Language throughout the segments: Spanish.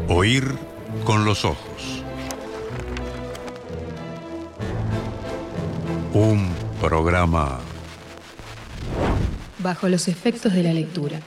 Oír con los ojos. Un programa bajo los efectos de la lectura.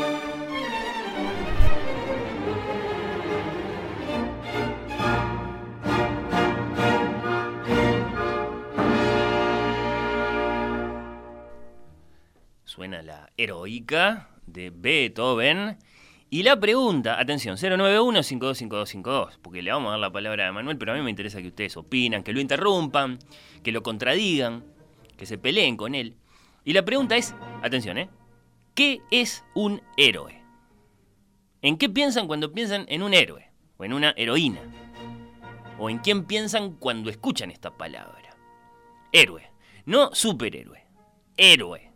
Suena la heroica de Beethoven. Y la pregunta, atención, 091-525252, porque le vamos a dar la palabra a Manuel, pero a mí me interesa que ustedes opinan, que lo interrumpan, que lo contradigan, que se peleen con él. Y la pregunta es, atención, ¿qué es un héroe? ¿En qué piensan cuando piensan en un héroe? ¿O en una heroína? ¿O en quién piensan cuando escuchan esta palabra? Héroe, no superhéroe, héroe.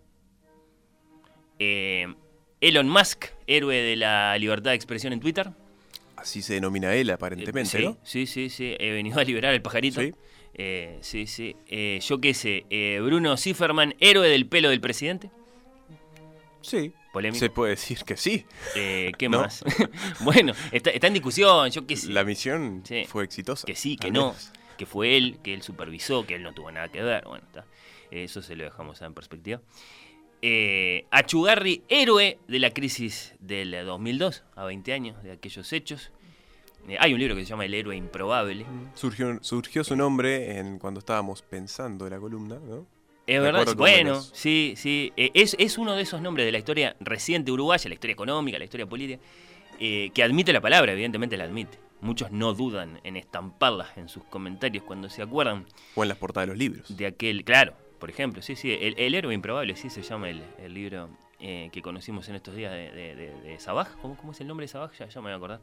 Elon Musk, héroe de la libertad de expresión en Twitter. Así se denomina él, aparentemente, Sí, ¿no? sí. He venido a liberar al pajarito. Sí. Sí. Yo qué sé, Bruno Zifferman, héroe del pelo del presidente. Sí. Polémico. Se puede decir que sí. ¿Qué ¿No? más? Bueno, está en discusión, yo qué sé. La misión Sí. fue exitosa. Que sí, que al no. menos. Que fue él, que él supervisó, que él no tuvo nada que ver. Bueno, está. Eso se lo dejamos en perspectiva. Achugarri, héroe de la crisis del 2002, a 20 años de aquellos hechos. Hay un libro que se llama El héroe improbable. Surgió su nombre cuando estábamos pensando la columna, ¿no? Es verdad, Recuerdo bueno, cómo sí. Es uno de esos nombres de la historia reciente uruguaya, la historia económica, la historia política, que admite la palabra, evidentemente la admite. Muchos no dudan en estamparlas en sus comentarios cuando se acuerdan. O en las portadas de los libros. De aquel, claro, por ejemplo, sí, el héroe improbable, sí se llama el libro que conocimos en estos días de Sabaj. ¿Cómo es el nombre de Sabaj? Ya me voy a acordar.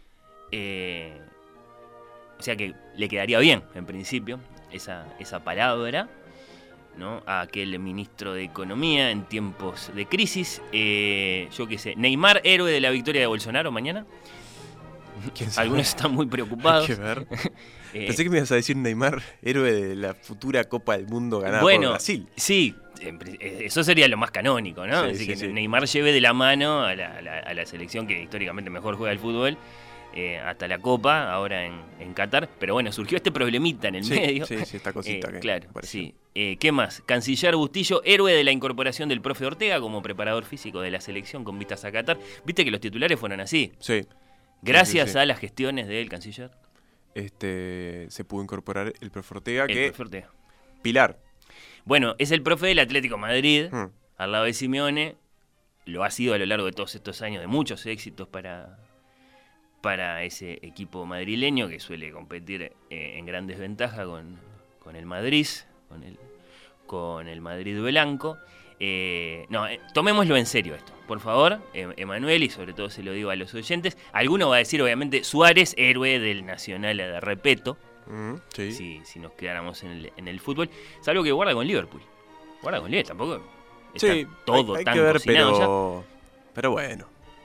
O sea que le quedaría bien, en principio, esa palabra, ¿no? A aquel ministro de Economía en tiempos de crisis. Yo qué sé, Neymar, héroe de la victoria de Bolsonaro mañana. ¿Quién sabe? Algunos están muy preocupados. Hay que ver. Pensé que me ibas a decir Neymar, héroe de la futura Copa del Mundo ganada por Brasil. Sí, eso sería lo más canónico, ¿no? Sí, Así que sí. Neymar lleve de la mano a la selección que históricamente mejor juega el fútbol, hasta la Copa, ahora en Qatar. Pero bueno, surgió este problemita en el medio. Sí, esta cosita que claro, pareció. sí. ¿Qué más? Canciller Bustillo, héroe de la incorporación del profe Ortega como preparador físico de la selección con vistas a Qatar. Viste que los titulares fueron así. Sí. Gracias Sí. a las gestiones del canciller. Se pudo incorporar el profe Ortega, El que profe Ortega. pilar. Bueno, es el profe del Atlético de Madrid, Hmm. al lado de Simeone. Lo ha sido a lo largo de todos estos años, de muchos éxitos para ese equipo madrileño que suele competir en gran desventaja con el Madrid, con el Madrid blanco. Tomémoslo en serio esto, por favor, Emanuel, y sobre todo se lo digo a los oyentes. Alguno va a decir, obviamente, Suárez, héroe del Nacional de Repeto, Sí. si nos quedáramos en el fútbol, salvo que guarda con Liverpool. Guarda con Liverpool, tampoco está Sí, todo hay tan que ver, cocinado pero bueno.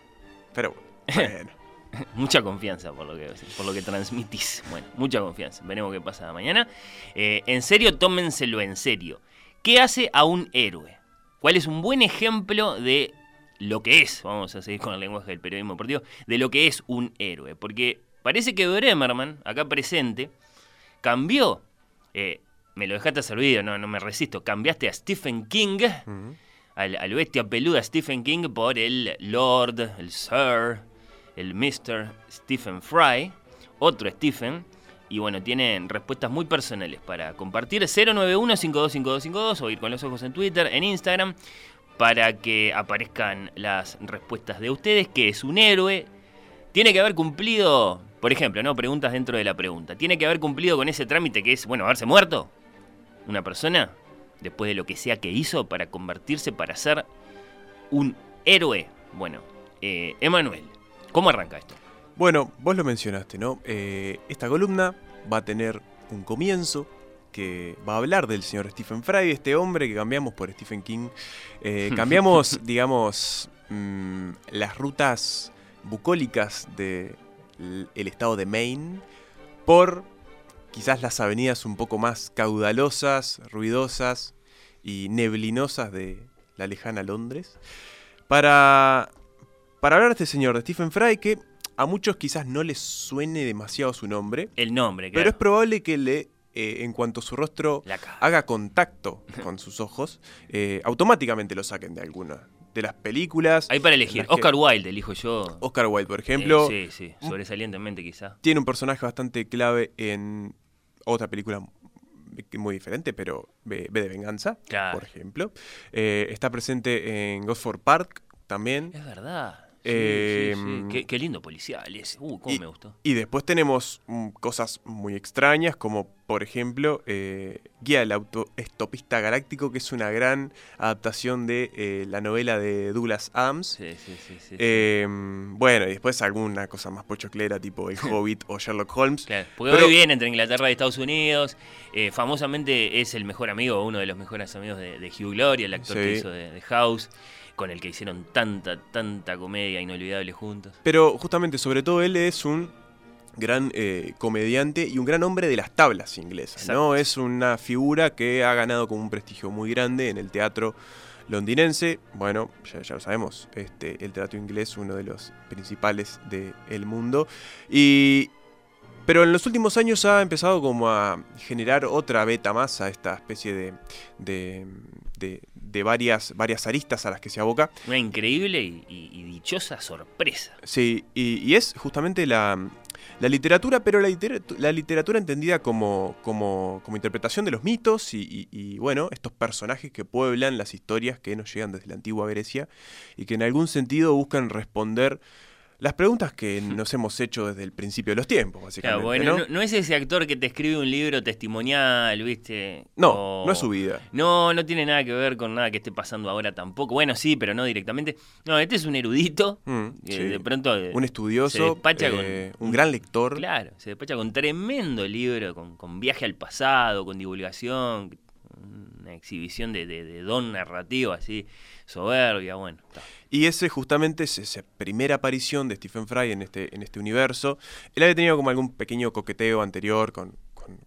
Mucha confianza por lo que transmitís. Bueno, mucha confianza. Veremos qué pasa mañana. En serio, tómenselo en serio. ¿Qué hace a un héroe? ¿Cuál es un buen ejemplo de lo que es? Vamos a seguir con el lenguaje del periodismo deportivo. De lo que es un héroe. Porque parece que Bremerman, acá presente, cambió. Me lo dejaste servido, no me resisto. Cambiaste a Stephen King, al bestia peluda Stephen King, por el Lord, el Sir, el Mr. Stephen Fry, otro Stephen. Y bueno, tienen respuestas muy personales para compartir. 091-525252 o ir con los ojos en Twitter, en Instagram, para que aparezcan las respuestas de ustedes. ¿Qué es un héroe? Tiene que haber cumplido, por ejemplo, ¿no? Preguntas dentro de la pregunta. Tiene que haber cumplido con ese trámite que es, bueno, haberse muerto una persona después de lo que sea que hizo para convertirse, para ser un héroe. Bueno, Emanuel, ¿cómo arranca esto? Bueno, vos lo mencionaste, ¿no? Esta columna va a tener un comienzo que va a hablar del señor Stephen Fry, este hombre que cambiamos por Stephen King. Cambiamos, digamos, las rutas bucólicas del estado de Maine por quizás las avenidas un poco más caudalosas, ruidosas y neblinosas de la lejana Londres, para hablar de este señor, de Stephen Fry, que a muchos quizás no les suene demasiado su nombre, El nombre, claro. pero es probable que en cuanto su rostro La cara. haga contacto con sus ojos, automáticamente lo saquen de alguna de las películas. Hay para en elegir. las que- Oscar Wilde, elijo yo. Oscar Wilde, por ejemplo, Sí, sí, sobresalientemente quizá. tiene un personaje bastante clave en otra película muy diferente, pero V de Venganza, Claro. por ejemplo. Está presente en Gosford Park también. Es verdad. Sí, Eh, sí, sí. Qué lindo policial ese. Cómo me gustó. Y después tenemos cosas muy extrañas, como por ejemplo Guía del Autoestopista Galáctico, que es una gran adaptación de la novela de Douglas Adams. Sí, sí, sí. sí. Bueno, y después alguna cosa más pochoclera, tipo El Hobbit o Sherlock Holmes. Claro, porque Pero- hoy viene entre Inglaterra y Estados Unidos. Famosamente es el mejor amigo, o uno de los mejores amigos de Hugh Glory, el actor Sí. que hizo de House, con el que hicieron tanta comedia inolvidable juntos. Pero justamente, sobre todo, él es un gran comediante y un gran hombre de las tablas inglesas, Exacto. ¿no? Es una figura que ha ganado como un prestigio muy grande en el teatro londinense. Bueno, ya lo sabemos, el teatro inglés, uno de los principales del mundo. Pero en los últimos años ha empezado como a generar otra beta más a esta especie de varias aristas a las que se aboca. Una increíble y dichosa sorpresa. Sí, y es justamente la literatura, pero la literatura entendida como interpretación de los mitos y, bueno, estos personajes que pueblan las historias que nos llegan desde la antigua Grecia y que en algún sentido buscan responder las preguntas que nos hemos hecho desde el principio de los tiempos, básicamente. Claro, bueno, ¿no? no es ese actor que te escribe un libro testimonial, ¿viste? No es su vida. No tiene nada que ver con nada que esté pasando ahora tampoco. Bueno, sí, pero no directamente. No, este es un erudito. Sí. De pronto. Un se estudioso, despacha un gran lector. Claro, se despacha con tremendo libro, con viaje al pasado, con divulgación, una exhibición de don narrativo así, soberbia, bueno. Está. Y ese justamente es esa primera aparición de Stephen Fry en este universo. Él había tenido como algún pequeño coqueteo anterior con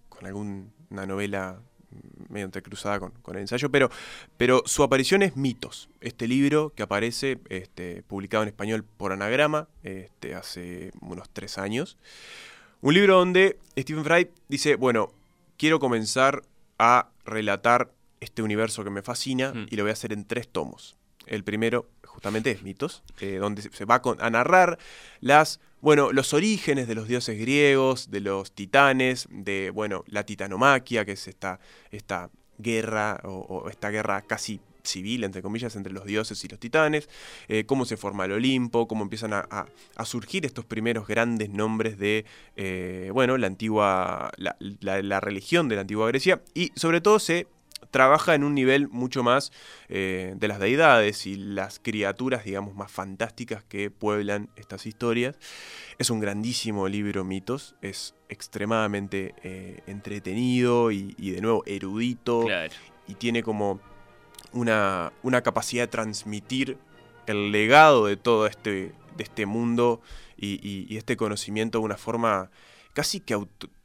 alguna novela medio entrecruzada con el ensayo, pero su aparición es Mitos, este libro que aparece publicado en español por Anagrama hace unos 3 años. Un libro donde Stephen Fry dice, bueno, quiero comenzar a relatar este universo que me fascina y lo voy a hacer en 3 tomos. El primero justamente es Mitos, donde se va a narrar los orígenes de los dioses griegos, de los titanes, de la titanomaquia, que es esta guerra o esta guerra casi civil, entre comillas, entre los dioses y los titanes, cómo se forma el Olimpo, cómo empiezan a surgir estos primeros grandes nombres de la antigua, la religión de la antigua Grecia, y sobre todo se trabaja en un nivel mucho más de las deidades y las criaturas, digamos, más fantásticas que pueblan estas historias. Es un grandísimo libro, Mitos, es extremadamente entretenido y de nuevo erudito, Claro. y tiene como una capacidad de transmitir el legado de todo de este mundo y este conocimiento de una forma casi que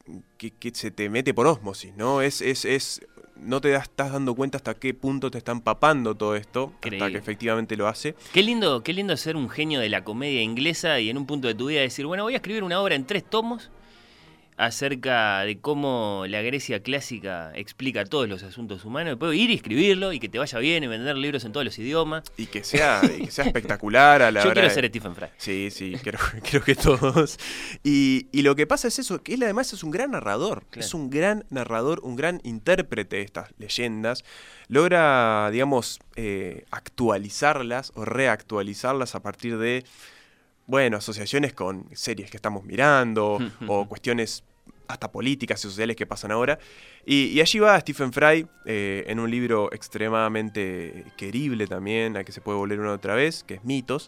se te mete por ósmosis, ¿no? No te estás dando cuenta hasta qué punto te está empapando todo esto, Increíble. hasta que efectivamente lo hace. Qué lindo ser un genio de la comedia inglesa y en un punto de tu vida decir, bueno, voy a escribir una obra en 3 tomos acerca de cómo la Grecia clásica explica todos los asuntos humanos. Puedo ir y escribirlo y que te vaya bien y vender libros en todos los idiomas. Y que sea espectacular a la Yo hora quiero de- ser Stephen Fry. Sí, creo que todos. Y lo que pasa es eso, que él además es un gran narrador. Claro. Es un gran narrador, un gran intérprete de estas leyendas. Logra, digamos, actualizarlas o reactualizarlas a partir de, asociaciones con series que estamos mirando o cuestiones hasta políticas y sociales que pasan ahora. Y allí va Stephen Fry en un libro extremadamente querible también, al que se puede volver una otra vez, que es Mitos.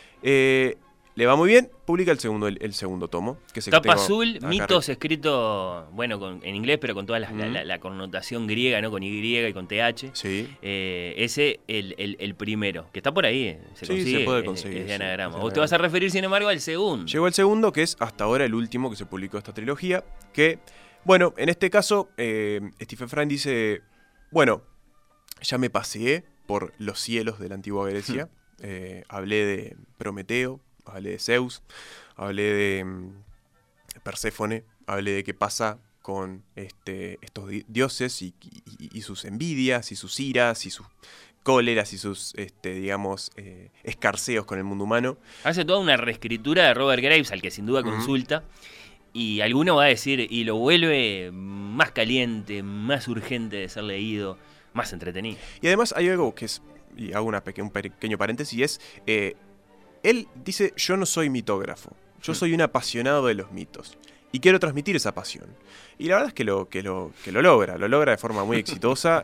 Le va muy bien, publica el segundo tomo. Que es el que Tapa tengo azul, acá Mitos escrito, en inglés, pero con toda la connotación griega, ¿no? Con Y y con TH. Sí. Ese, el primero, que está por ahí, se Sí, consigue, se puede es conseguir, de sí, Anagrama. es de Vos te vas a referir, sin embargo, al segundo. Llegó el segundo, que es hasta ahora el último que se publicó de esta trilogía, que, en este caso, Stephen Fry dice, ya me paseé por los cielos de la antigua Grecia, hablé de Prometeo, hablé de Zeus, hablé de Perséfone, hablé de qué pasa con estos dioses y sus envidias y sus iras y sus cóleras y sus, escarceos con el mundo humano. Hace toda una reescritura de Robert Graves, al que sin duda consulta, y alguno va a decir, y lo vuelve más caliente, más urgente de ser leído, más entretenido. Y además hay algo que es, y hago un pequeño paréntesis, es, él dice, yo no soy mitógrafo, yo soy un apasionado de los mitos. Y quiero transmitir esa pasión. Y la verdad es que lo logra de forma muy exitosa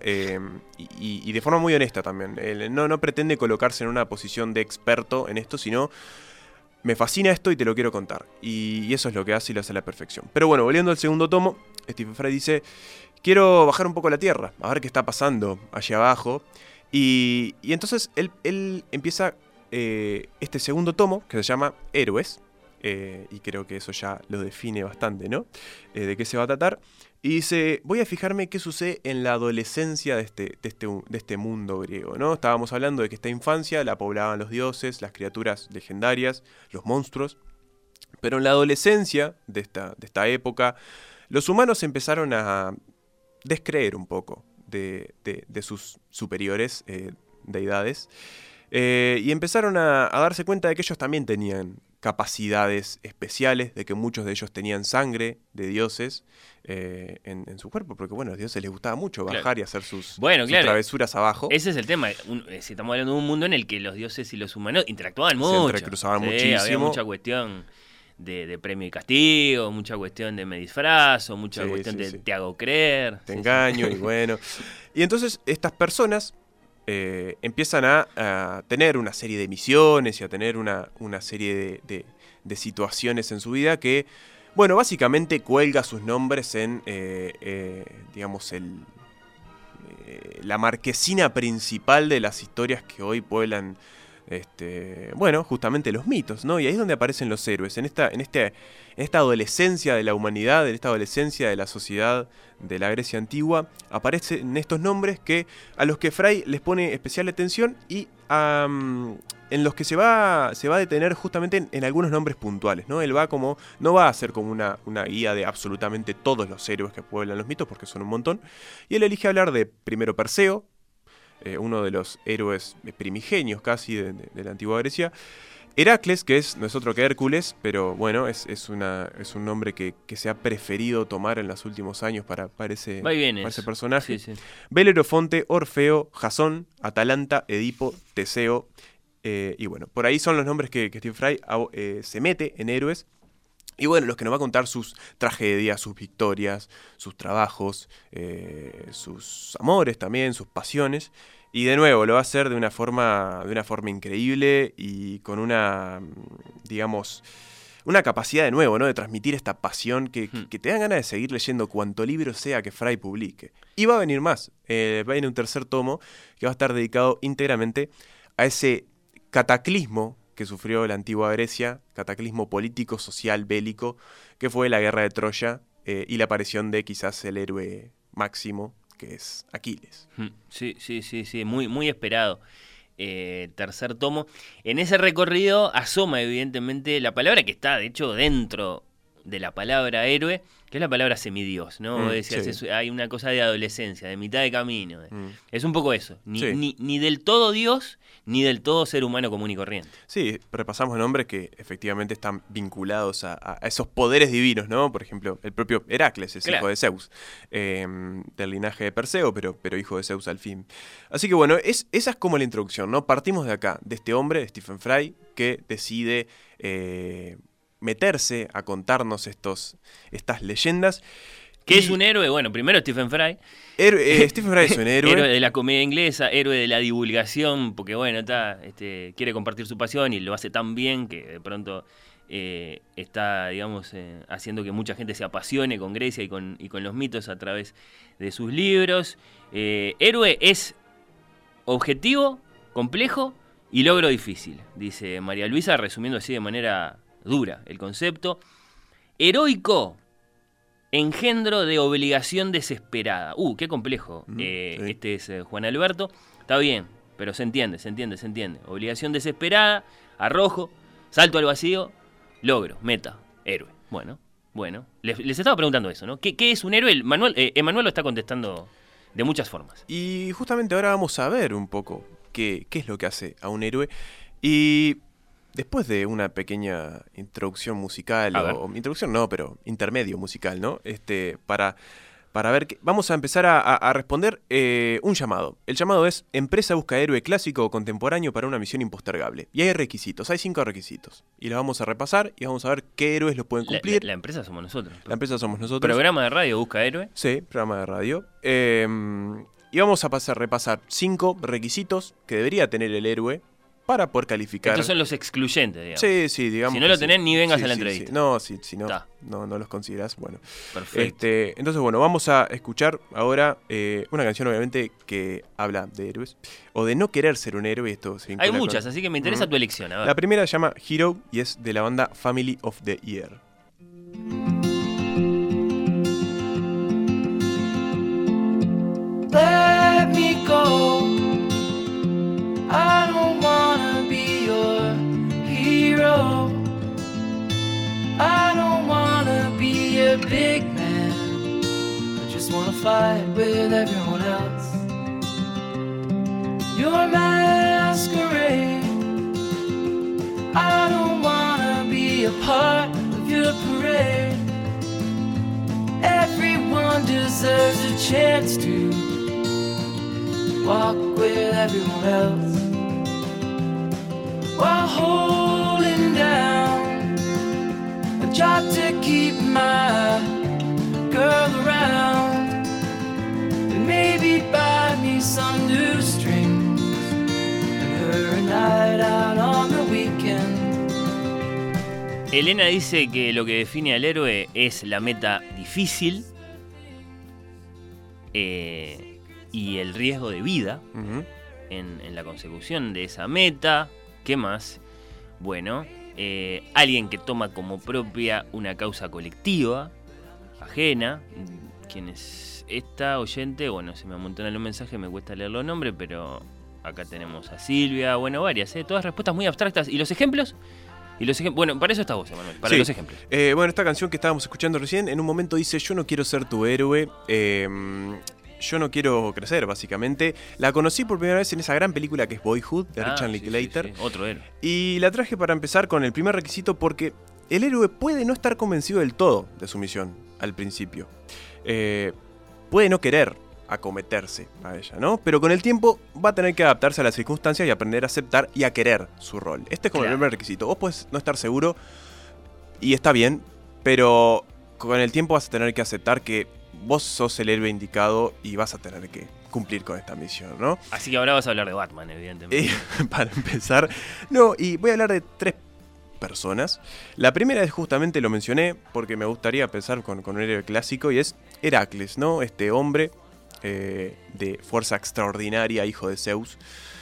y de forma muy honesta también. Él no pretende colocarse en una posición de experto en esto, sino me fascina esto y te lo quiero contar. Y eso es lo que hace y lo hace a la perfección. Pero bueno, volviendo al segundo tomo, Stephen Fry dice, quiero bajar un poco la tierra, a ver qué está pasando allá abajo. Y entonces él empieza este segundo tomo, que se llama Héroes. Y creo que eso ya lo define bastante, ¿no? De qué se va a tratar. Y dice, voy a fijarme qué sucede en la adolescencia de este mundo griego, ¿no? Estábamos hablando de que esta infancia la poblaban los dioses, las criaturas legendarias, los monstruos. Pero en la adolescencia de esta época, los humanos empezaron a descreer un poco de sus superiores deidades. Y empezaron a darse cuenta de que ellos también tenían capacidades especiales, de que muchos de ellos tenían sangre de dioses en su cuerpo, porque bueno, a los dioses les gustaba mucho bajar y hacer sus travesuras abajo. Ese es el tema. Si estamos hablando de un mundo en el que los dioses y los humanos interactuaban mucho. Se entrecruzaban muchísimo. Había mucha cuestión de premio y castigo, mucha cuestión de me disfrazo, mucha cuestión de te hago creer. Te engaño y bueno. Y entonces estas personas empiezan a tener una serie de misiones y a tener una serie de situaciones en su vida que, bueno, básicamente cuelga sus nombres en, digamos, la marquesina principal de las historias que hoy pueblan, bueno, justamente los mitos, ¿no? Y ahí es donde aparecen los héroes, en esta adolescencia de la humanidad, en esta adolescencia de la sociedad de la Grecia antigua, aparecen estos nombres a los que Fry les pone especial atención y en los que se va a detener justamente en algunos nombres puntuales, ¿no? Él no va a hacer como una guía de absolutamente todos los héroes que pueblan los mitos, porque son un montón, y él elige hablar de primero Perseo, uno de los héroes primigenios casi de la antigua Grecia. Heracles, que no es otro que Hércules, pero bueno, es un nombre que se ha preferido tomar en los últimos años para ese personaje. Sí. Belerofonte, Orfeo, Jasón, Atalanta, Edipo, Teseo. Y bueno, por ahí son los nombres que Stephen Fry se mete en héroes. Y bueno, los que nos va a contar sus tragedias, sus victorias, sus trabajos, sus amores también, sus pasiones. Y de nuevo, lo va a hacer de una forma increíble y con una capacidad de nuevo, ¿no? De transmitir esta pasión que te dan ganas de seguir leyendo cuanto libro sea que Fry publique. Y va a venir más. Va a venir un tercer tomo que va a estar dedicado íntegramente a ese cataclismo que sufrió la antigua Grecia, cataclismo político, social, bélico, que fue la guerra de Troya y la aparición de quizás el héroe máximo, que es Aquiles. Sí, muy, muy esperado. Tercer tomo. En ese recorrido asoma evidentemente la palabra que está, de hecho, dentro de la palabra héroe, que es la palabra semidios, ¿no? Decías, sí. Hay una cosa de adolescencia, de mitad de camino. Es un poco eso. Ni del todo Dios, ni del todo ser humano común y corriente. Sí, repasamos nombres que efectivamente están vinculados a esos poderes divinos, ¿no? Por ejemplo, el propio Heracles es hijo de Zeus, del linaje de Perseo, pero hijo de Zeus al fin. Así que bueno, esa es como la introducción, ¿no? Partimos de acá, de este hombre, de Stephen Fry, que decide meterse a contarnos estas leyendas. ¿Qué es un héroe? Bueno, primero Stephen Fry. Stephen Fry es un héroe. Héroe de la comedia inglesa, héroe de la divulgación, porque bueno, quiere compartir su pasión y lo hace tan bien que de pronto está, digamos, haciendo que mucha gente se apasione con Grecia y con los mitos a través de sus libros. Héroe es objetivo, complejo y logro difícil, dice María Luisa, resumiendo así de manera dura el concepto. Heroico, engendro de obligación desesperada. Qué complejo. Sí. Este es Juan Alberto. Está bien, pero se entiende. Obligación desesperada, arrojo, Salto al vacío, logro, meta, héroe. Bueno. Les estaba preguntando eso, ¿no? ¿Qué es un héroe? Emanuel lo está contestando de muchas formas. Y justamente ahora vamos a ver un poco qué es lo que hace a un héroe. Y después de una pequeña introducción musical, introducción no, pero intermedio musical, ¿no? Para ver vamos a empezar a responder un llamado. El llamado es: empresa busca héroe clásico o contemporáneo para una misión impostergable. Y hay requisitos, hay 5 requisitos. Y los vamos a repasar y vamos a ver qué héroes los pueden cumplir. La empresa somos nosotros. La empresa somos nosotros. ¿Programa de radio busca héroe? Sí, programa de radio. Y vamos a repasar 5 requisitos que debería tener el héroe para poder calificar. Estos son los excluyentes, digamos. Sí, digamos. Si no lo tenés, ni vengas a la entrevista. Sí. No, si no los consideras, bueno. Perfecto. Entonces, bueno, vamos a escuchar ahora una canción, obviamente, que habla de héroes. O de no querer ser un héroe. Esto se Hay muchas, así que me interesa tu elección. A ver. La primera se llama Hero y es de la banda Family of the Year. Let me go. I don't wanna be your hero. I don't wanna be a big man. I just wanna fight with everyone else. Your masquerade. I don't wanna be a part of your parade. Everyone deserves a chance to walk with everyone else while holding down a job to keep my girl around and maybe buy me some new strings and her a night out on the weekend. Elena dice que lo que define al héroe es la meta difícil y el riesgo de vida en la consecución de esa meta. ¿Qué más? Bueno, alguien que toma como propia una causa colectiva, ajena. ¿Quién es esta oyente? Bueno, se me amontonan los mensajes, me cuesta leer los nombres, pero acá tenemos a Silvia, bueno, varias, todas respuestas muy abstractas. ¿Y los ejemplos? Bueno, para eso estás vos, Emanuel, para los ejemplos. Bueno, esta canción que estábamos escuchando recién, en un momento dice: yo no quiero ser tu héroe, yo no quiero crecer, básicamente. La conocí por primera vez en esa gran película que es Boyhood, de Richard Linklater. Sí. Otro héroe. Y la traje para empezar con el primer requisito porque el héroe puede no estar convencido del todo de su misión al principio. Puede no querer acometerse a ella, ¿no? Pero con el tiempo va a tener que adaptarse a las circunstancias y aprender a aceptar y a querer su rol. Este es como el primer requisito. Vos puedes no estar seguro y está bien, pero con el tiempo vas a tener que aceptar que vos sos el héroe indicado y vas a tener que cumplir con esta misión, ¿no? Así que ahora vas a hablar de Batman, evidentemente. Para empezar, y voy a hablar de 3 personas. La primera es justamente, lo mencioné, porque me gustaría empezar con un héroe clásico, y es Heracles, ¿no? Este hombre de fuerza extraordinaria, hijo de Zeus.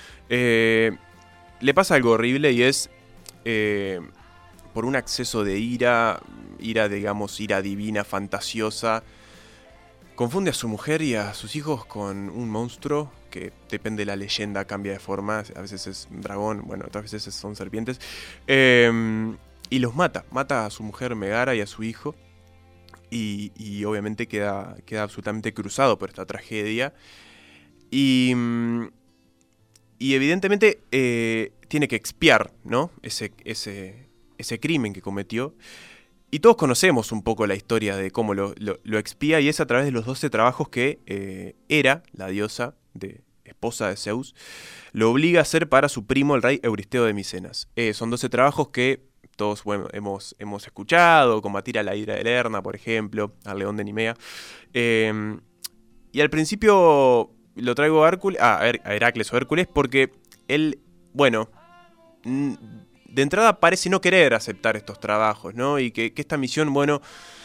Le pasa algo horrible y es por un acceso de ira, digamos, ira divina, fantasiosa. Confunde a su mujer y a sus hijos con un monstruo que, depende de la leyenda, cambia de forma. A veces es un dragón, bueno, otras veces son serpientes. Y los mata. Mata a su mujer Megara y a su hijo. Y obviamente queda absolutamente cruzado por esta tragedia. Y evidentemente tiene que expiar, ¿no? ese crimen que cometió. Y todos conocemos un poco la historia de cómo lo expía, y es a través de los 12 trabajos que Hera, la diosa esposa de Zeus, lo obliga a hacer para su primo, el rey Euristeo de Micenas. Son 12 trabajos que todos hemos escuchado: combatir a la hidra de Lerna, por ejemplo, al león de Nimea. Y al principio lo traigo a Heracles o Hércules porque él, bueno, de entrada parece no querer aceptar estos trabajos, ¿no? Y que esta misión, bueno,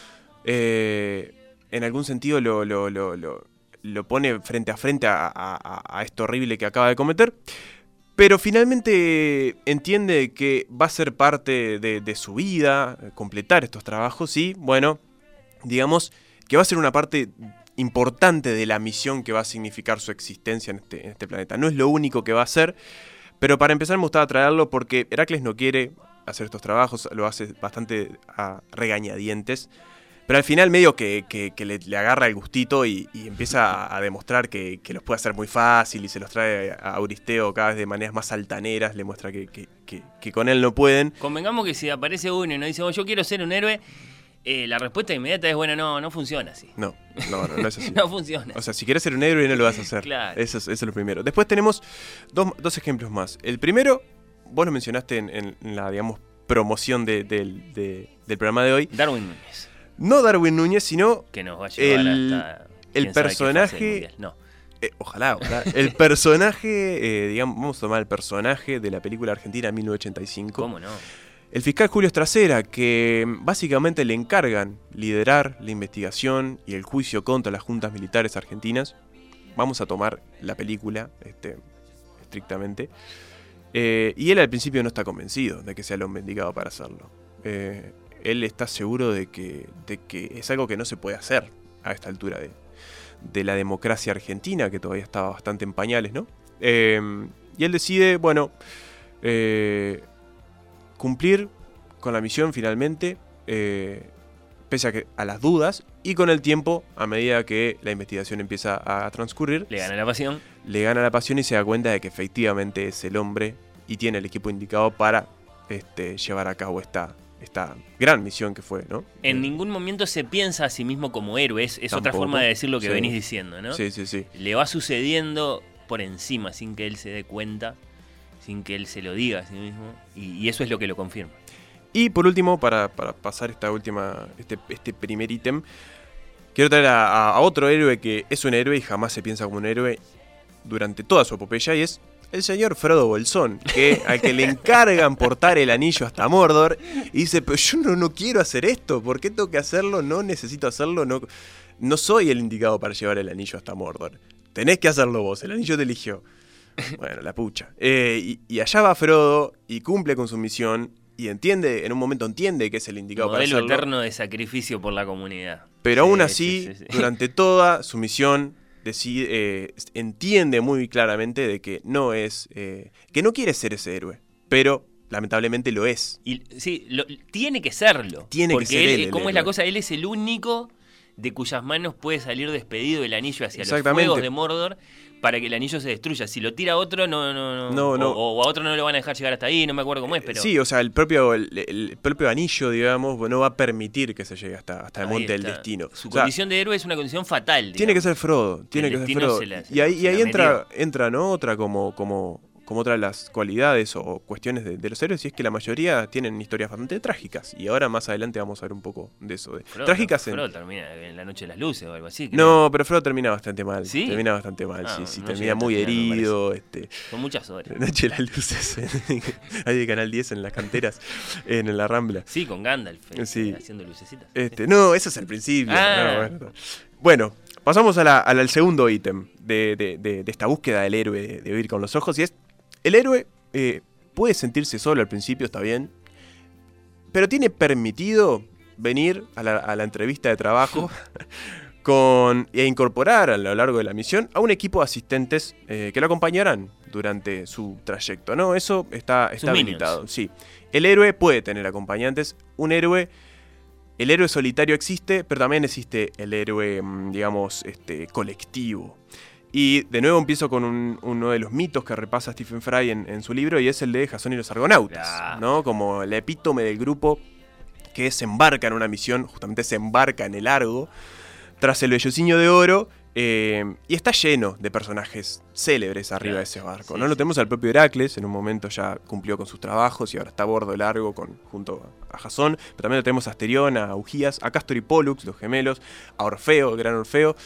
en algún sentido lo pone frente a frente a esto horrible que acaba de cometer. Pero finalmente entiende que va a ser parte de su vida, completar estos trabajos, y, bueno, digamos que va a ser una parte importante de la misión que va a significar su existencia en este planeta. No es lo único que va a hacer, pero para empezar me gustaba traerlo porque Heracles no quiere hacer estos trabajos, lo hace bastante a regañadientes. Pero al final medio que le agarra el gustito y empieza a demostrar que los puede hacer muy fácil y se los trae a Euristeo cada vez de maneras más altaneras, le muestra que con él no pueden. Convengamos que si aparece uno y nos dice, oh, yo quiero ser un héroe, la respuesta inmediata es, bueno, no funciona así. No es así. No funciona. O sea, si quieres ser un héroe no lo vas a hacer. Claro. Eso es lo primero. Después tenemos dos ejemplos más. El primero, vos lo mencionaste en la, digamos, promoción del programa de hoy. Darwin Núñez. No Darwin Núñez, sino que nos va a llevar hasta el personaje. No. Ojalá. El personaje, digamos, vamos a tomar el personaje de la película argentina 1985. ¿Cómo no? El fiscal Julio Estracera, que básicamente le encargan liderar la investigación y el juicio contra las juntas militares argentinas. Vamos a tomar la película estrictamente. Y él al principio no está convencido de que sea el hombre indicado para hacerlo. Él está seguro de que es algo que no se puede hacer a esta altura de la democracia argentina, que todavía está bastante en pañales, ¿no? Y él decide, bueno, cumplir con la misión finalmente, pese a las dudas, y con el tiempo, a medida que la investigación empieza a transcurrir, le gana la pasión. Le gana la pasión y se da cuenta de que efectivamente es el hombre y tiene el equipo indicado para llevar a cabo esta gran misión que fue, ¿no? En ningún momento se piensa a sí mismo como héroe, es Tampoco. otra forma de decir lo que Sí. venís diciendo, ¿no? Sí. Le va sucediendo por encima, sin que él se dé cuenta, sin que él se lo diga a sí mismo, y eso es lo que lo confirma. Y por último, para pasar este primer ítem, quiero traer a otro héroe que es un héroe y jamás se piensa como un héroe durante toda su epopeya, y es el señor Frodo Bolsón, al que le encargan portar el anillo hasta Mordor, y dice, pero yo no quiero hacer esto, ¿por qué tengo que hacerlo? No necesito hacerlo, no soy el indicado para llevar el anillo hasta Mordor. Tenés que hacerlo vos, el anillo te eligió. Bueno, la pucha. Y allá va Frodo y cumple con su misión y en un momento entiende que es el indicado para Modelo hacerlo. eterno de sacrificio por la comunidad. Pero Sí, aún así, sí. durante toda su misión, entiende muy claramente de que que no quiere ser ese héroe, pero lamentablemente lo es. Y sí, tiene que serlo. Tiene que porque ser él el ¿cómo es héroe. la cosa? Él es el único de cuyas manos puede salir despedido el anillo hacia los Exactamente. fuegos de Mordor para que el anillo se destruya. Si lo tira otro, no. O a otro no lo van a dejar llegar hasta ahí, no me acuerdo cómo es, pero... Sí, o sea, el propio anillo, digamos, no va a permitir que se llegue hasta el Ahí monte del está. destino. Su O sea, condición de héroe es una condición fatal. tiene que digamos. ser Frodo, tiene El que ser destino Frodo. se la Y ahí metió. entra, ¿no? Otra como otra de las cualidades o cuestiones de los héroes, y es que la mayoría tienen historias bastante trágicas. Y ahora más adelante vamos a ver un poco de eso. Trágicas en... Frodo termina en La Noche de las Luces o algo así. creo. No, pero Frodo termina bastante mal. ¿Sí? Termina bastante mal, Ah, sí. no Termina llegué hasta muy el final, me herido. Son muchas horas. Noche de las luces. Ahí de Canal 10 en las canteras, en la Rambla. Sí, con Gandalf Sí. haciendo lucecitas. No, eso es el principio. Ah. No, bueno, pasamos al segundo ítem de esta búsqueda del héroe de oír con los ojos, y es: el héroe puede sentirse solo al principio, está bien, pero tiene permitido venir a la entrevista de trabajo e incorporar a lo largo de la misión a un equipo de asistentes que lo acompañarán durante su trayecto, ¿no? Eso está habilitado. minions. Sí. El héroe puede tener acompañantes. El héroe solitario existe, pero también existe el héroe, digamos, colectivo. Y de nuevo empiezo con uno de los mitos que repasa Stephen Fry en su libro, y es el de Jasón y los Argonautas, ¿no? Como el epítome del grupo que se embarca en una misión, justamente se embarca en el Argo, tras el Vellocino de Oro, y está lleno de personajes célebres arriba de ese barco, sí, ¿no? sí. Lo tenemos al propio Heracles, en un momento ya cumplió con sus trabajos y ahora está a bordo del Argo junto a Jasón, pero también lo tenemos a Asterión, a Augías, a Castor y Pólux, los gemelos, a Orfeo, el gran Orfeo.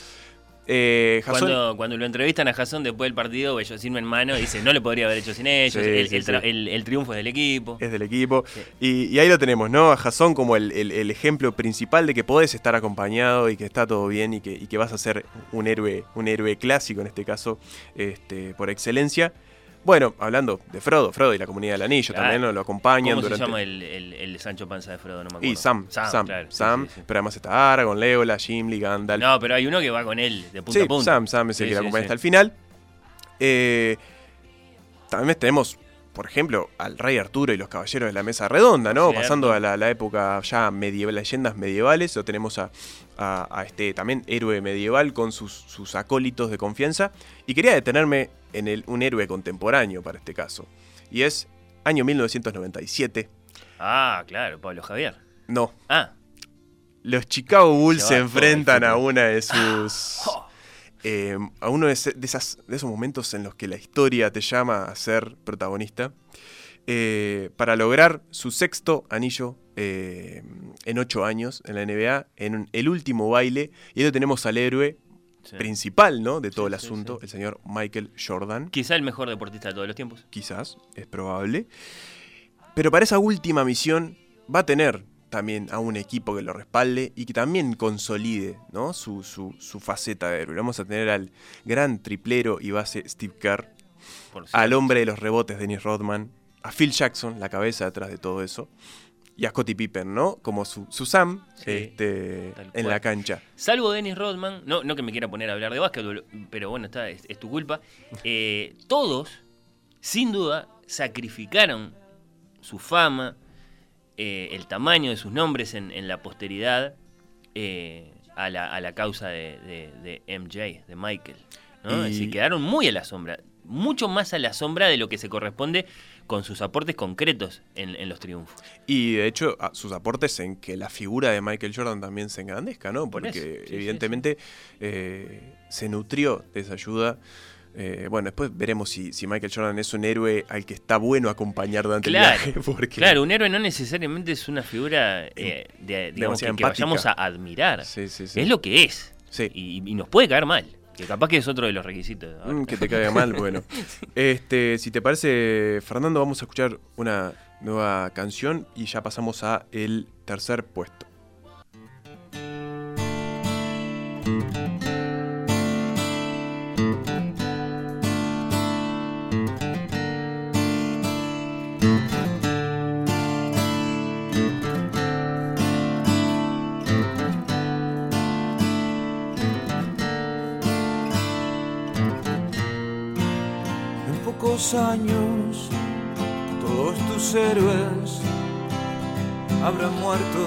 Jasón, Cuando lo entrevistan a Jasón después del partido, Vellocino en mano, dice, no le podría haber hecho sin ellos, Sí, el triunfo es del equipo. es del equipo. Sí. Y ahí lo tenemos, ¿no? A Jasón como el ejemplo principal de que podés estar acompañado y que está todo bien y que vas a ser un héroe clásico, en este caso, por excelencia. Bueno, hablando de Frodo y la comunidad del anillo, Claro. también lo acompañan ¿Cómo durante... se llama el Sancho Panza de Frodo? No me acuerdo. Y Sam, claro, sí, sí. pero además está Aragorn, Legolas, Gimli, Gandalf. No, pero hay uno que va con él de punta Sí, a punta. Sam es el Sí, que la sí, acompaña sí. hasta el final. También tenemos por ejemplo, al Rey Arturo y los Caballeros de la Mesa Redonda, ¿no? Cierto. Pasando a la época ya medieval, leyendas medievales, lo tenemos a este también héroe medieval con sus acólitos de confianza. Y quería detenerme en un héroe contemporáneo para este caso. Y es año 1997. Ah, claro, Pablo Javier. No, Ah, los Chicago Bulls Se se va enfrentan todo el a fútbol. una de sus... a uno de esos momentos en los que la historia te llama a ser protagonista, para lograr su sexto anillo en 8 años en la NBA, en el último baile, y ahí lo tenemos al héroe sí. principal, ¿no? De todo Sí, el sí, asunto, sí. el señor Michael Jordan. Quizá el mejor deportista de todos los tiempos. Quizás, es probable. Pero para esa última misión va a tener también a un equipo que lo respalde y que también consolide, ¿no? su faceta de héroe. Vamos a tener al gran triplero y base Steve Kerr, Por cierto. al hombre de los rebotes Dennis Rodman, a Phil Jackson, la cabeza detrás de todo eso, y a Scottie Pippen, ¿no? Como su Sam Sí, en cual. la cancha. Salvo Dennis Rodman, no que me quiera poner a hablar de básquetbol, pero bueno, es tu culpa. Todos, sin duda, sacrificaron su fama, el tamaño de sus nombres en la posteridad a la causa de MJ, de Michael, ¿no? Y- Es decir, quedaron muy a la sombra, mucho más a la sombra de lo que se corresponde con sus aportes concretos en los triunfos. Y de hecho, sus aportes en que la figura de Michael Jordan también se engrandezca, ¿no? Por Porque eso, sí, evidentemente se nutrió de esa ayuda. Bueno, después veremos si Michael Jordan es un héroe al que está bueno acompañar durante Claro, el viaje. Porque, Claro, un héroe no necesariamente es una figura digamos, demasiado que vayamos empática. a admirar. Sí, sí, sí. Es lo que es. Sí. Y nos puede caer mal. Que capaz que es otro de los requisitos. Que te caiga mal, bueno. Si te parece, Fernando, vamos a escuchar una nueva canción y ya pasamos a el tercer puesto. En pocos años todos tus héroes habrán muerto.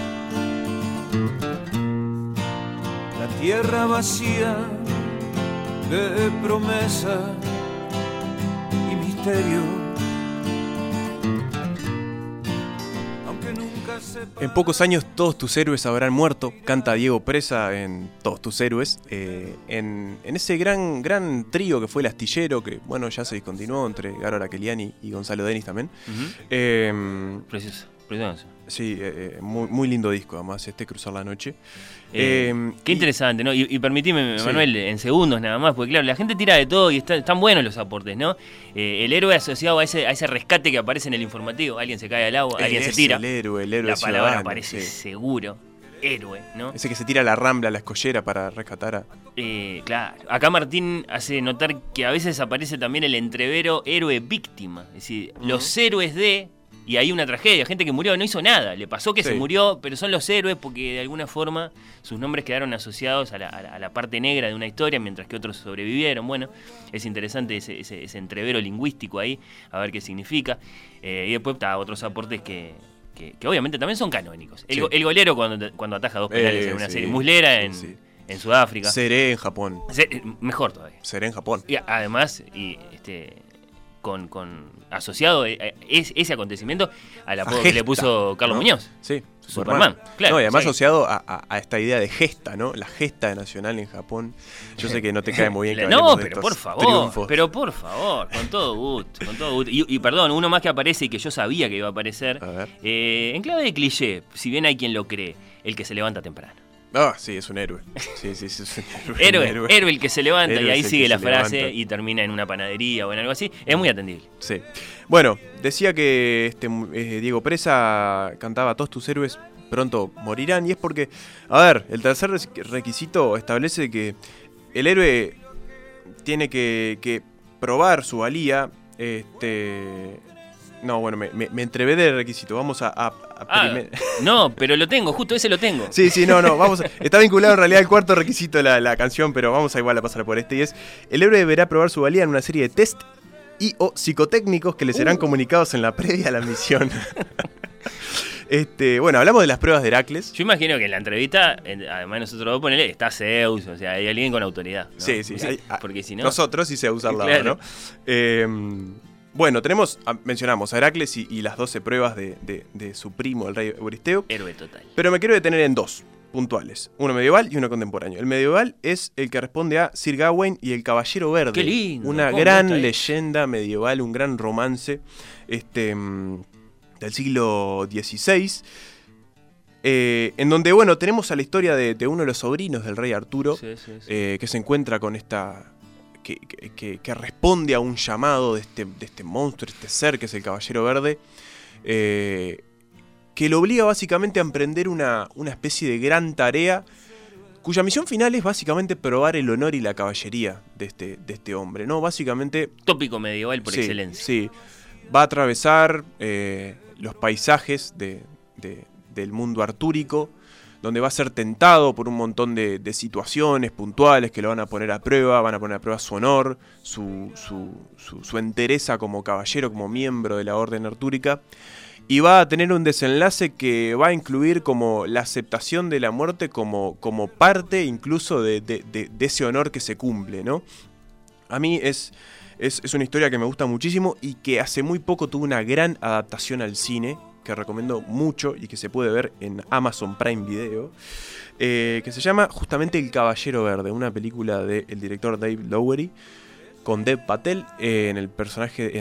La tierra vacía de promesa y misterio. Aunque nunca sepa. En pocos años todos tus héroes habrán muerto, canta Diego Presa en Todos tus héroes, en ese gran trío que fue El Astillero, que bueno, ya se discontinuó entre Garo Araqueliani y Gonzalo Denis también. Precioso. Sí, muy lindo disco además, Cruzar la Noche. Qué Y- interesante, ¿no? Y permitime, Sí. Manuel, en segundos nada más, porque claro, la gente tira de todo y están buenos los aportes, ¿no? El héroe asociado a ese rescate que aparece en el informativo. Alguien se cae al agua, alguien se es tira. El héroe La palabra ciudadano, aparece sí. seguro. Héroe, ¿no? Ese que se tira a la rambla, a la escollera para rescatar a... Claro. Acá Martín hace notar que a veces aparece también el entrevero héroe-víctima. Es decir, los héroes de... Y hay una tragedia, gente que murió, no hizo nada. Le pasó que Sí. se murió, pero son los héroes porque de alguna forma sus nombres quedaron asociados a la parte negra de una historia, mientras que otros sobrevivieron. Bueno, es interesante ese entrevero lingüístico ahí, a ver qué significa. Y después otros aportes que obviamente también son canónicos. Sí. El golero cuando ataja 2 penales en una sí, serie. Muslera sí, sí. en Sudáfrica. Seré en Japón. Mejor todavía. Seré en Japón. Y además, con asociado ese acontecimiento al apodo que le Gesta, puso Carlos ¿no? Muñoz. Sí, Superman, claro, No, y además sí. asociado a esta idea de gesta, ¿no? La gesta nacional en Japón. Yo sé que no te cae muy bien que No, hablemos de pero estos por favor, triunfos. con todo gusto, con todo gusto. Y perdón, uno más que aparece y que yo sabía que iba a aparecer, A ver. en clave de cliché, si bien hay quien lo cree, el que se levanta temprano. Ah, sí, es un héroe. Sí, es un héroe. Héroe el que se levanta Héroe y ahí es el sigue que la se frase levanta. y termina en una panadería o en algo así. Es muy atendible. Sí. Bueno, decía que Diego Presa cantaba Todos tus héroes pronto morirán. Y es porque, a ver, el tercer requisito establece que el héroe tiene que probar su valía. No, bueno, me entrevé del requisito. Vamos a No, pero lo tengo, justo ese lo tengo. Sí, no, vamos. Está vinculado en realidad al cuarto requisito de la canción, pero vamos a igual a pasar por este. Y es: el héroe deberá probar su valía en una serie de test y o psicotécnicos que les serán comunicados en la previa a la misión. Bueno, hablamos de las pruebas de Heracles. Yo imagino que en la entrevista, además nosotros dos ponele, está Zeus, o sea, hay alguien con autoridad, ¿no? Sí. Porque si no... Nosotros y Zeus al lado, Claro. ¿no? Bueno, mencionamos a Heracles y las 12 pruebas de su primo, el rey Euristeo. Héroe total. Pero me quiero detener en dos puntuales. Uno medieval y uno contemporáneo. El medieval es el que responde a Sir Gawain y el Caballero Verde. ¡Qué lindo! Una ¿Cómo gran está ahí? leyenda medieval, un gran romance del siglo XVI. En donde, bueno, tenemos a la historia de uno de los sobrinos del rey Arturo, Sí. que se encuentra con esta... Que responde a un llamado de este monstruo, este ser que es el Caballero Verde, que lo obliga básicamente a emprender una especie de gran tarea, cuya misión final es básicamente probar el honor y la caballería de este hombre, ¿no? Básicamente... Tópico medieval por sí, excelencia. Sí, va a atravesar los paisajes del mundo artúrico, donde va a ser tentado por un montón de situaciones puntuales que lo van a poner a prueba, su honor, su entereza como caballero, como miembro de la Orden Artúrica, y va a tener un desenlace que va a incluir como la aceptación de la muerte como parte incluso de ese honor que se cumple, ¿no? A mí es una historia que me gusta muchísimo y que hace muy poco tuvo una gran adaptación al cine, que recomiendo mucho y que se puede ver en Amazon Prime Video, que se llama justamente El Caballero Verde, una película del director Dave Lowery, con Dev Patel en el personaje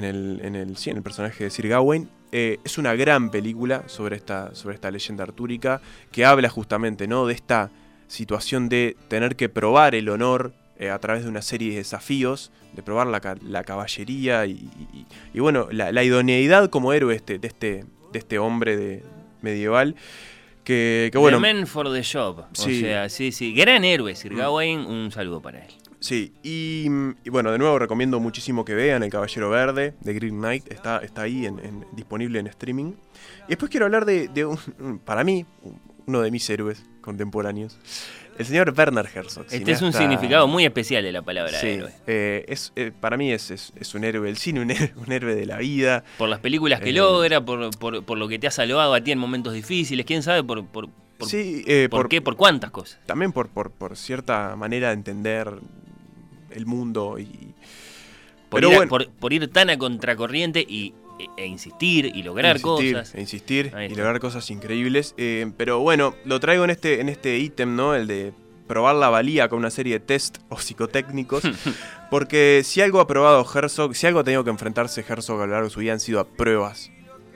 de Sir Gawain. Es una gran película sobre esta leyenda artúrica que habla justamente, ¿no?, de esta situación de tener que probar el honor a través de una serie de desafíos, de probar la caballería y bueno, la idoneidad como héroe de este hombre medieval que bueno... The Man for the Job. Sí. O sea, sí. Gran héroe, Sir Gawain. Un saludo para él. Sí, y bueno, de nuevo recomiendo muchísimo que vean El Caballero Verde de Green Knight, está ahí disponible en streaming. Y después quiero hablar de para mí, uno de mis héroes contemporáneos, el señor Werner Herzog. Este es un significado muy especial de la palabra sí, héroe. para mí es un héroe del cine, un héroe de la vida. Por las películas que logra, por lo que te ha salvado a ti en momentos difíciles, quién sabe por Sí, qué, por cuántas cosas. También por cierta manera de entender el mundo y... Por ir tan a contracorriente e insistir y lograr cosas. Insistir Ahí y está. lograr cosas increíbles. Pero bueno, lo traigo en este ítem, ¿no? El de probar la valía con una serie de test o psicotécnicos. Porque si algo ha probado Herzog, si algo ha tenido que enfrentarse Herzog a lo largo de su vida, han sido a pruebas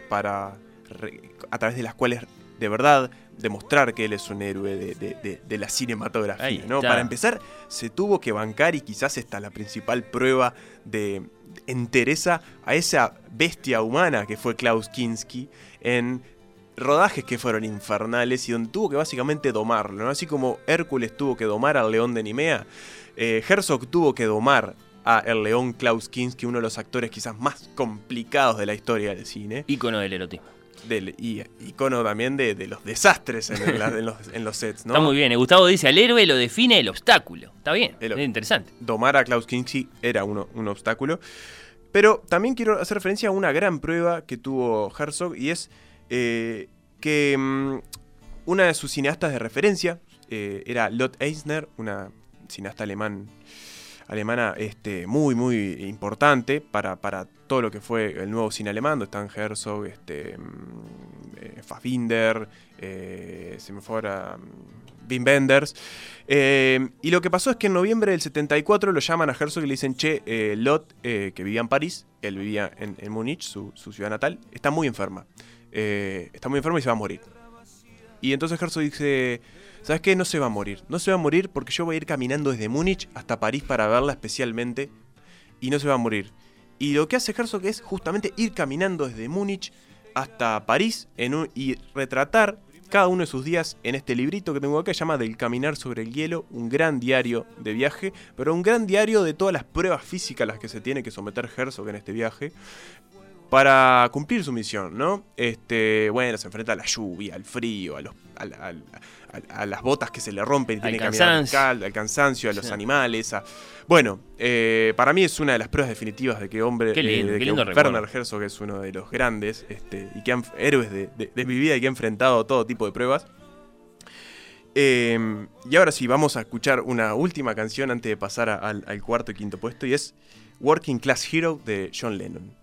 a través de las cuales de verdad demostrar que él es un héroe de la cinematografía, Ahí ¿no? está. Para empezar, se tuvo que bancar, y quizás esta la principal prueba de entereza a esa bestia humana que fue Klaus Kinski en rodajes que fueron infernales y donde tuvo que básicamente domarlo, ¿no? Así como Hércules tuvo que domar al león de Nimea, Herzog tuvo que domar a el león Klaus Kinski, uno de los actores quizás más complicados de la historia del cine. Ícono del erotismo. Y icono también de los desastres en los sets, ¿no? Está muy bien. Gustavo dice, al héroe lo define el obstáculo. Está bien, Es interesante. Domar a Klaus Kinski era un obstáculo. Pero también quiero hacer referencia a una gran prueba que tuvo Herzog, y es que una de sus cineastas de referencia era Lotte Eisner, una cineasta alemana muy, muy importante para todo lo que fue el nuevo cine alemán, donde están Herzog, Fassbinder, se me fue ahora Wim Wenders. Y lo que pasó es que en noviembre del 74 lo llaman a Herzog y le dicen, che, Lot, que vivía en París, él vivía en Múnich, su ciudad natal, está muy enferma. Está muy enferma y se va a morir. Y entonces Herzog dice, ¿sabes qué? No se va a morir. No se va a morir porque yo voy a ir caminando desde Múnich hasta París para verla especialmente. Y no se va a morir. Y lo que hace Herzog es justamente ir caminando desde Múnich hasta París y retratar cada uno de sus días en este librito que tengo acá, que se llama Del caminar sobre el hielo, un gran diario de viaje, pero un gran diario de todas las pruebas físicas a las que se tiene que someter Herzog en este viaje. para cumplir su misión, ¿no? Bueno, se enfrenta a la lluvia, al frío, a las botas que se le rompen y tiene que caminar al cansancio, a los animales. Bueno, para mí es una de las pruebas definitivas de que Werner Herzog es uno de los grandes y que héroes de mi vida y que ha enfrentado todo tipo de pruebas. Y ahora sí, vamos a escuchar una última canción antes de pasar al cuarto y quinto puesto, y es Working Class Hero de John Lennon.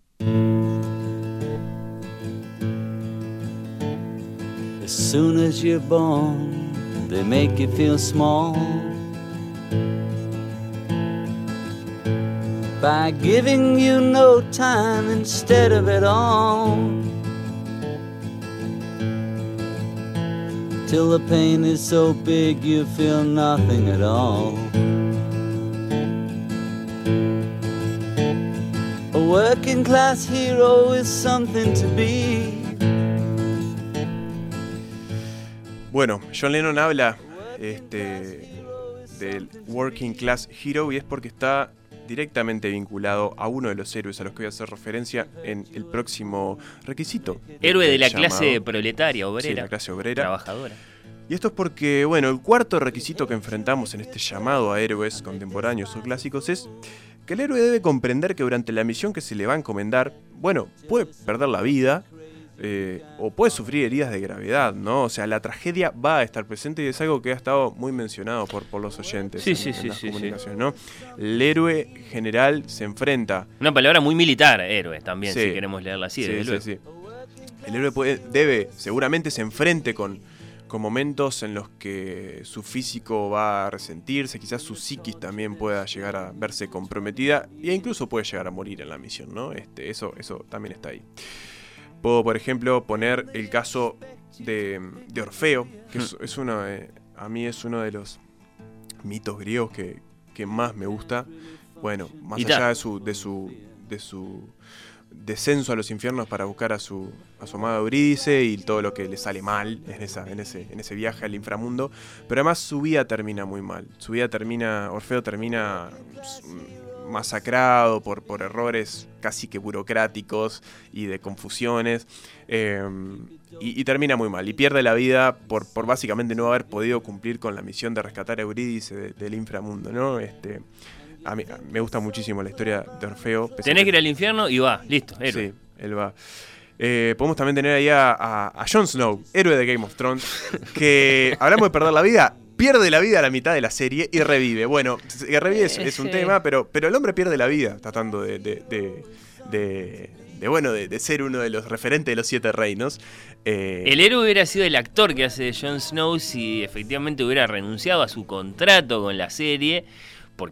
As soon as you're born, they make you feel small by giving you no time instead of it all, till the pain is so big you feel nothing at all. A working class hero is something to be. Bueno, John Lennon habla del Working Class Hero y es porque está directamente vinculado a uno de los héroes a los que voy a hacer referencia en el próximo requisito. Héroe de la clase proletaria, obrera. Sí, la clase obrera. Trabajadora. Y esto es porque, bueno, el cuarto requisito que enfrentamos en este llamado a héroes contemporáneos o clásicos es que el héroe debe comprender que durante la misión que se le va a encomendar, bueno, puede perder la vida o puede sufrir heridas de gravedad, ¿no? O sea, la tragedia va a estar presente y es algo que ha estado muy mencionado por los oyentes en las comunicaciones, ¿no? El héroe general se enfrenta... Una palabra muy militar, héroe, también, si queremos leerla así. Sí. El héroe seguramente se enfrente con momentos en los que su físico va a resentirse, quizás su psiquis también pueda llegar a verse comprometida e incluso puede llegar a morir en la misión, ¿no? Eso también está ahí. Puedo, por ejemplo, poner el caso de Orfeo, que a mí es uno de los mitos griegos que más me gusta. Bueno, más allá de su descenso a los infiernos para buscar a su amada Eurídice y todo lo que le sale mal en ese viaje al inframundo, pero además su vida termina muy mal. Orfeo termina masacrado por errores casi que burocráticos y de confusiones, y termina muy mal y pierde la vida por básicamente no haber podido cumplir con la misión de rescatar a Eurídice del inframundo, ¿no? A mí me gusta muchísimo la historia de Orfeo. Tenés que ir al infierno y va, listo, héroe. Sí, él va. Podemos también tener ahí a Jon Snow, héroe de Game of Thrones, que hablamos de perder la vida, pierde la vida a la mitad de la serie y revive. Bueno, revive es un tema, pero el hombre pierde la vida tratando de ser uno de los referentes de los 7 reinos. El héroe hubiera sido el actor que hace de Jon Snow si efectivamente hubiera renunciado a su contrato con la serie. Porque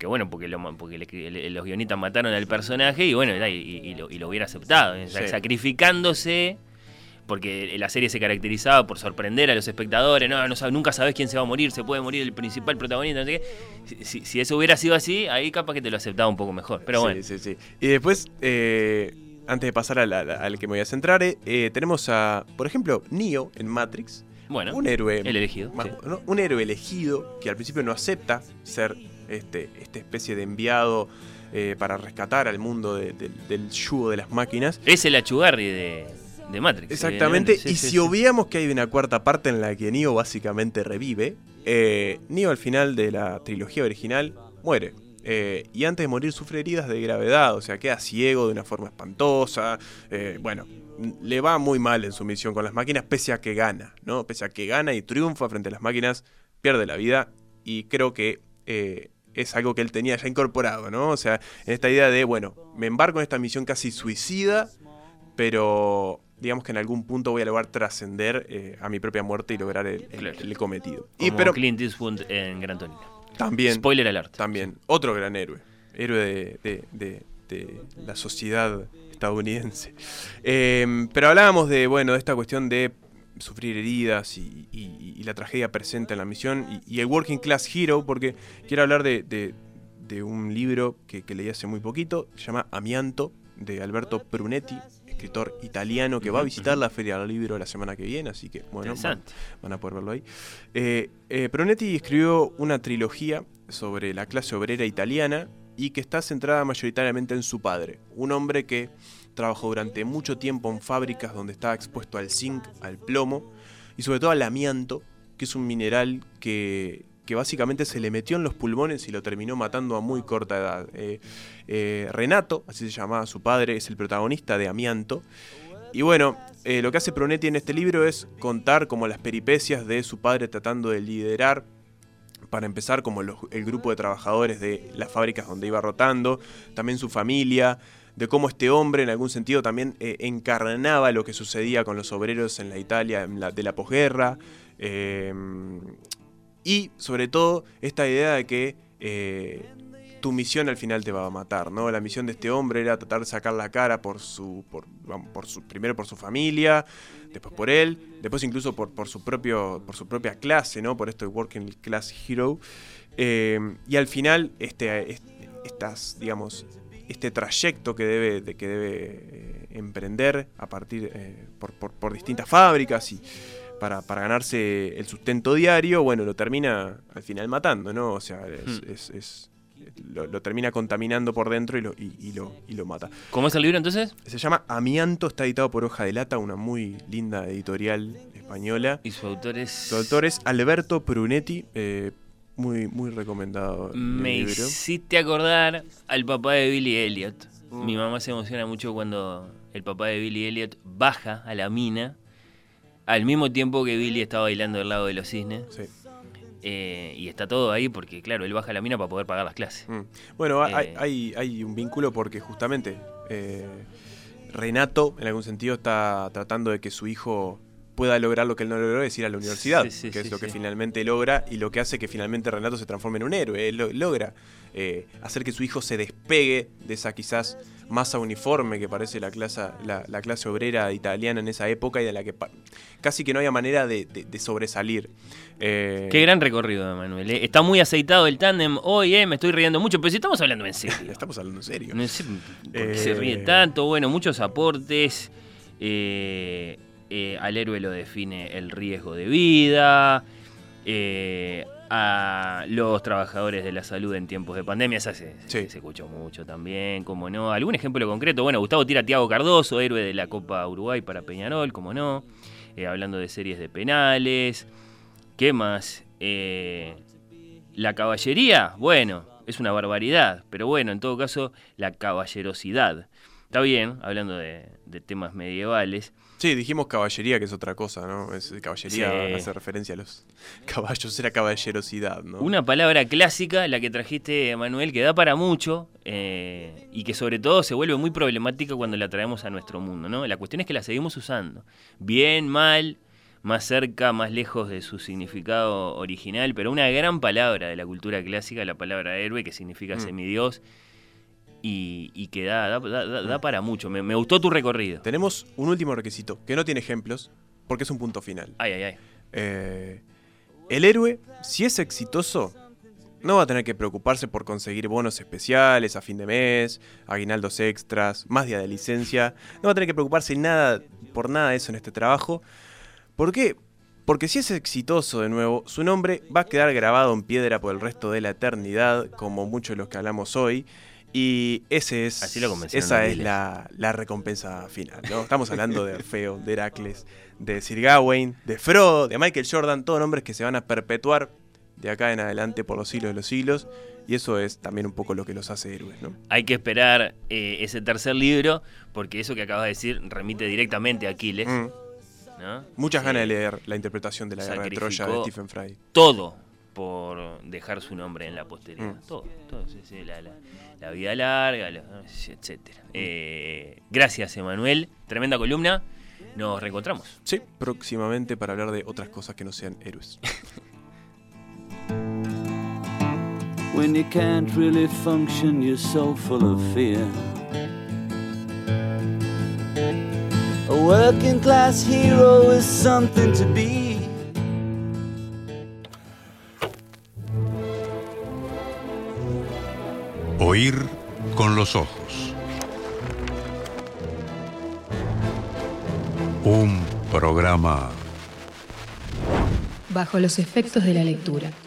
los guionistas mataron al personaje y bueno, y lo hubiera aceptado, sacrificándose, porque la serie se caracterizaba por sorprender a los espectadores, nunca sabes quién se va a morir, se puede morir el principal protagonista, no sé qué. Si eso hubiera sido así, ahí capaz que te lo aceptaba un poco mejor, pero bueno. Sí. Y después, antes de pasar al que me voy a centrar, tenemos a, por ejemplo, Neo en Matrix. Bueno, un héroe elegido. ¿no? Un héroe elegido que al principio no acepta ser esta especie de enviado para rescatar al mundo del yugo de las máquinas. Es el Achugarri de Matrix. Exactamente, si obviamos que hay una cuarta parte en la que Neo básicamente revive, Neo al final de la trilogía original muere. Y antes de morir sufre heridas de gravedad, o sea, queda ciego de una forma espantosa. Le va muy mal en su misión con las máquinas, pese a que gana, ¿no? Pese a que gana y triunfa frente a las máquinas, pierde la vida y creo que es algo que él tenía ya incorporado, ¿no? O sea, en esta idea de, bueno, me embarco en esta misión casi suicida, pero digamos que en algún punto voy a lograr trascender a mi propia muerte y lograr el cometido. Como Clint Eastwood en Gran Torino. También. Spoiler alert. También. Otro gran héroe. Héroe de la sociedad estadounidense. Pero hablábamos de esta cuestión de sufrir heridas y la tragedia presente en la misión y el Working Class Hero, porque quiero hablar de un libro que leí hace muy poquito, se llama Amianto, de Alberto Brunetti, escritor italiano que va a visitar la Feria del Libro la semana que viene, así que bueno, van a poder verlo ahí. Brunetti escribió una trilogía sobre la clase obrera italiana y que está centrada mayoritariamente en su padre, un hombre que trabajó durante mucho tiempo en fábricas donde estaba expuesto al zinc, al plomo y sobre todo al amianto, que es un mineral que básicamente se le metió en los pulmones y lo terminó matando a muy corta edad. Renato, así se llamaba su padre, es el protagonista de Amianto. Y bueno, lo que hace Brunetti en este libro es contar como las peripecias de su padre tratando de liderar, para empezar, como el grupo de trabajadores de las fábricas donde iba rotando, también su familia, de cómo este hombre en algún sentido también encarnaba lo que sucedía con los obreros en la Italia de la posguerra, y sobre todo esta idea de que tu misión al final te va a matar, ¿no? La misión de este hombre era tratar de sacar la cara primero por su familia, después por él, después incluso por su propia clase, ¿no? Por esto de Working Class Hero. Y al final este trayecto que debe emprender a partir por distintas fábricas y para ganarse el sustento diario, bueno, lo termina al final matando, ¿no? O sea, lo termina contaminando por dentro y lo mata. ¿Cómo es el libro entonces? Se llama Amianto, está editado por Hoja de Lata, una muy linda editorial española. ¿Y su autor es? Su autor es Alberto Brunetti, muy, muy recomendado. Me hiciste acordar al papá de Billy Elliot. Mi mamá se emociona mucho cuando el papá de Billy Elliot baja a la mina al mismo tiempo que Billy está bailando del lado de los cisnes. Sí. Y está todo ahí porque, claro, él baja a la mina para poder pagar las clases. Bueno, hay un vínculo porque justamente Renato, en algún sentido, está tratando de que su hijo pueda lograr lo que él no logró, es ir a la universidad, que es lo que finalmente logra y lo que hace que finalmente Renato se transforme en un héroe. Él logra hacer que su hijo se despegue de esa quizás masa uniforme que parece la clase obrera italiana en esa época y de la que casi que no había manera de sobresalir. Qué gran recorrido, Manuel. Está muy aceitado el tándem hoy, me estoy riendo mucho, pero si estamos hablando en serio. Estamos hablando en serio. No sé por qué se ríe tanto. Bueno, muchos aportes. Al héroe lo define el riesgo de vida. A los trabajadores de la salud en tiempos de pandemia, se escuchó mucho también, como no. ¿Algún ejemplo concreto? Bueno, Gustavo tira a Thiago Cardoso, héroe de la Copa Uruguay para Peñarol, como no. Hablando de series de penales. ¿Qué más? La caballería, bueno, es una barbaridad, pero bueno, en todo caso, la caballerosidad. Está bien, hablando de temas medievales. Sí, dijimos caballería, que es otra cosa, ¿no? Caballería hace referencia a los caballos, era caballerosidad, ¿no? Una palabra clásica, la que trajiste, Manuel, que da para mucho y que sobre todo se vuelve muy problemática cuando la traemos a nuestro mundo, ¿no? La cuestión es que la seguimos usando. Bien, mal, más cerca, más lejos de su significado original, pero una gran palabra de la cultura clásica, la palabra héroe, que significa semidios. Y que da para mucho. Me gustó tu recorrido. Tenemos un último requisito, que no tiene ejemplos, porque es un punto final. El héroe, si es exitoso, no va a tener que preocuparse por conseguir bonos especiales a fin de mes, aguinaldos extras, más días de licencia. No va a tener que preocuparse por nada de eso en este trabajo. ¿Por qué? Porque si es exitoso de nuevo, su nombre va a quedar grabado en piedra por el resto de la eternidad, como muchos de los que hablamos hoy. Y esa es la recompensa final, ¿no? Estamos hablando de Orfeo, de Heracles, de Sir Gawain, de Frodo, de Michael Jordan, todos nombres que se van a perpetuar de acá en adelante por los siglos de los siglos. Y eso es también un poco lo que los hace héroes, ¿no? Hay que esperar ese tercer libro, porque eso que acabas de decir remite directamente a Aquiles. ¿No? Muchas ganas de leer la interpretación de la Guerra de Troya de Stephen Fry. Todo por dejar su nombre en la posteridad. Todo, la vida larga, etcétera. Gracias, Emanuel. Tremenda columna. Nos reencontramos. Sí, próximamente para hablar de otras cosas que no sean héroes. When you can't really function, you're so full of fear. A working class hero is something to be. Oír con los ojos. Un programa Bajo los efectos de la lectura.